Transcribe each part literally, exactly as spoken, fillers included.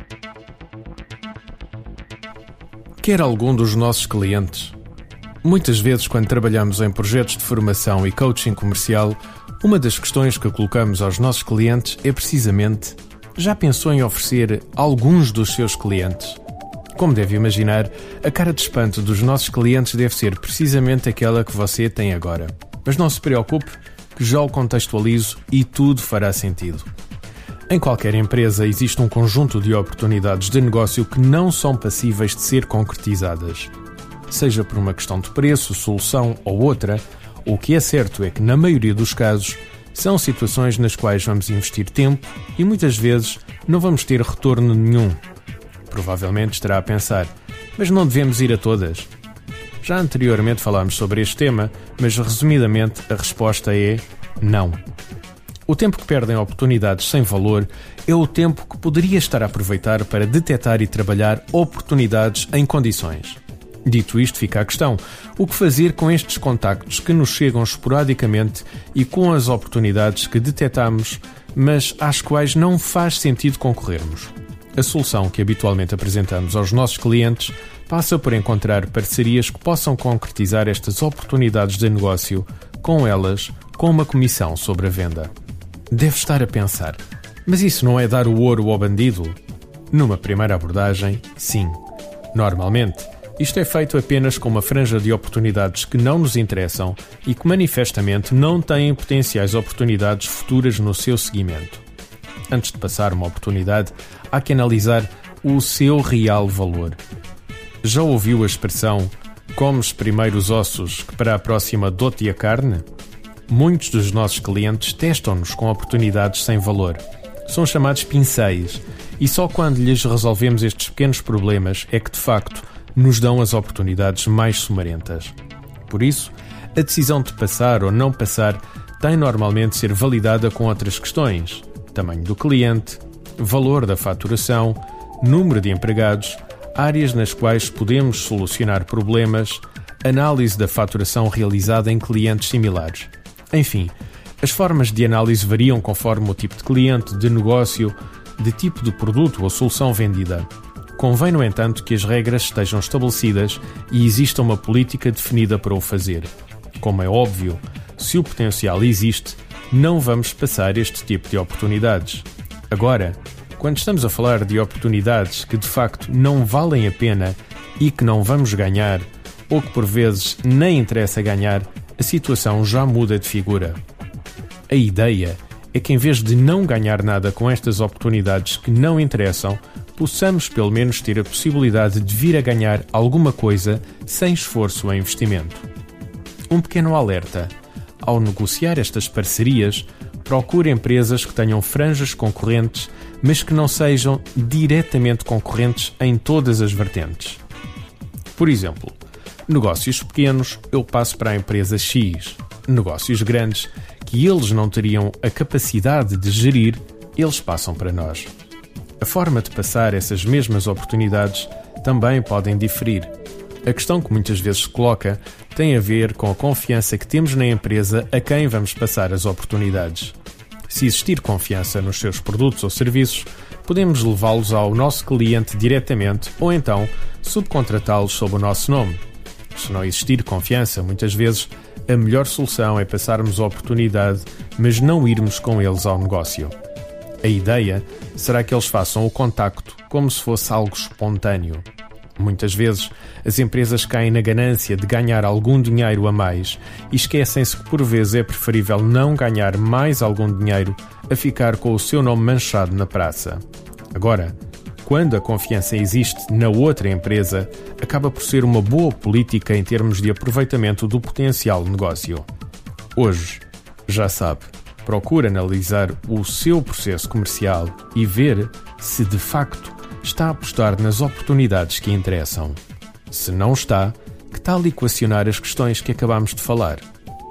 Quer algum dos nossos clientes? Muitas vezes, quando trabalhamos em projetos de formação e coaching comercial, uma das questões que colocamos aos nossos clientes é precisamente: já pensou em oferecer alguns dos seus clientes? Como deve imaginar, a cara de espanto dos nossos clientes deve ser precisamente aquela que você tem agora. Mas não se preocupe, que já o contextualizo e tudo fará sentido. Em qualquer empresa existe um conjunto de oportunidades de negócio que não são passíveis de ser concretizadas. Seja por uma questão de preço, solução ou outra, o que é certo é que, na maioria dos casos, são situações nas quais vamos investir tempo e muitas vezes não vamos ter retorno nenhum. Provavelmente estará a pensar: mas não devemos ir a todas? Já anteriormente falámos sobre este tema, mas resumidamente a resposta é não. O tempo que perdem oportunidades sem valor é o tempo que poderia estar a aproveitar para detectar e trabalhar oportunidades em condições. Dito isto, fica a questão: o que fazer com estes contactos que nos chegam esporadicamente e com as oportunidades que detectamos, mas às quais não faz sentido concorrermos? A solução que habitualmente apresentamos aos nossos clientes passa por encontrar parcerias que possam concretizar estas oportunidades de negócio, com elas, com uma comissão sobre a venda. Deve estar a pensar: mas isso não é dar o ouro ao bandido? Numa primeira abordagem, sim. Normalmente, isto é feito apenas com uma franja de oportunidades que não nos interessam e que manifestamente não têm potenciais oportunidades futuras no seu seguimento. Antes de passar uma oportunidade, há que analisar o seu real valor. Já ouviu a expressão "comes primeiro os ossos, que para a próxima dou-te a carne"? Muitos dos nossos clientes testam-nos com oportunidades sem valor. São chamados pincéis, e só quando lhes resolvemos estes pequenos problemas é que, de facto, nos dão as oportunidades mais sumarentas. Por isso, a decisão de passar ou não passar tem normalmente de ser validada com outras questões: tamanho do cliente, valor da faturação, número de empregados, áreas nas quais podemos solucionar problemas, análise da faturação realizada em clientes similares. Enfim, as formas de análise variam conforme o tipo de cliente, de negócio, de tipo de produto ou solução vendida. Convém, no entanto, que as regras estejam estabelecidas e exista uma política definida para o fazer. Como é óbvio, se o potencial existe, não vamos passar este tipo de oportunidades. Agora, quando estamos a falar de oportunidades que de facto não valem a pena e que não vamos ganhar, ou que por vezes nem interessa ganhar, a situação já muda de figura. A ideia é que, em vez de não ganhar nada com estas oportunidades que não interessam, possamos pelo menos ter a possibilidade de vir a ganhar alguma coisa sem esforço ou investimento. Um pequeno alerta: ao negociar estas parcerias, procure empresas que tenham franjas concorrentes, mas que não sejam diretamente concorrentes em todas as vertentes. Por exemplo, negócios pequenos, eu passo para a empresa X. Negócios grandes, que eles não teriam a capacidade de gerir, eles passam para nós. A forma de passar essas mesmas oportunidades também podem diferir. A questão que muitas vezes se coloca tem a ver com a confiança que temos na empresa a quem vamos passar as oportunidades. Se existir confiança nos seus produtos ou serviços, podemos levá-los ao nosso cliente diretamente ou então subcontratá-los sob o nosso nome. Se não existir confiança, muitas vezes a melhor solução é passarmos a oportunidade, mas não irmos com eles ao negócio. A ideia será que eles façam o contacto como se fosse algo espontâneo. Muitas vezes, as empresas caem na ganância de ganhar algum dinheiro a mais e esquecem-se que por vezes é preferível não ganhar mais algum dinheiro a ficar com o seu nome manchado na praça. Agora, quando a confiança existe na outra empresa, acaba por ser uma boa política em termos de aproveitamento do potencial negócio. Hoje, já sabe, procure analisar o seu processo comercial e ver se, de facto, está a apostar nas oportunidades que interessam. Se não está, que tal equacionar as questões que acabamos de falar?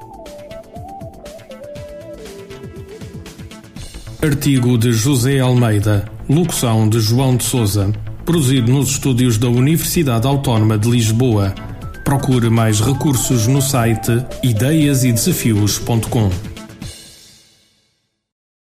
Artigo de José Almeida, locução de João de Sousa, produzido nos estúdios da Universidade Autónoma de Lisboa. Procure mais recursos no site ideias e desafios ponto com.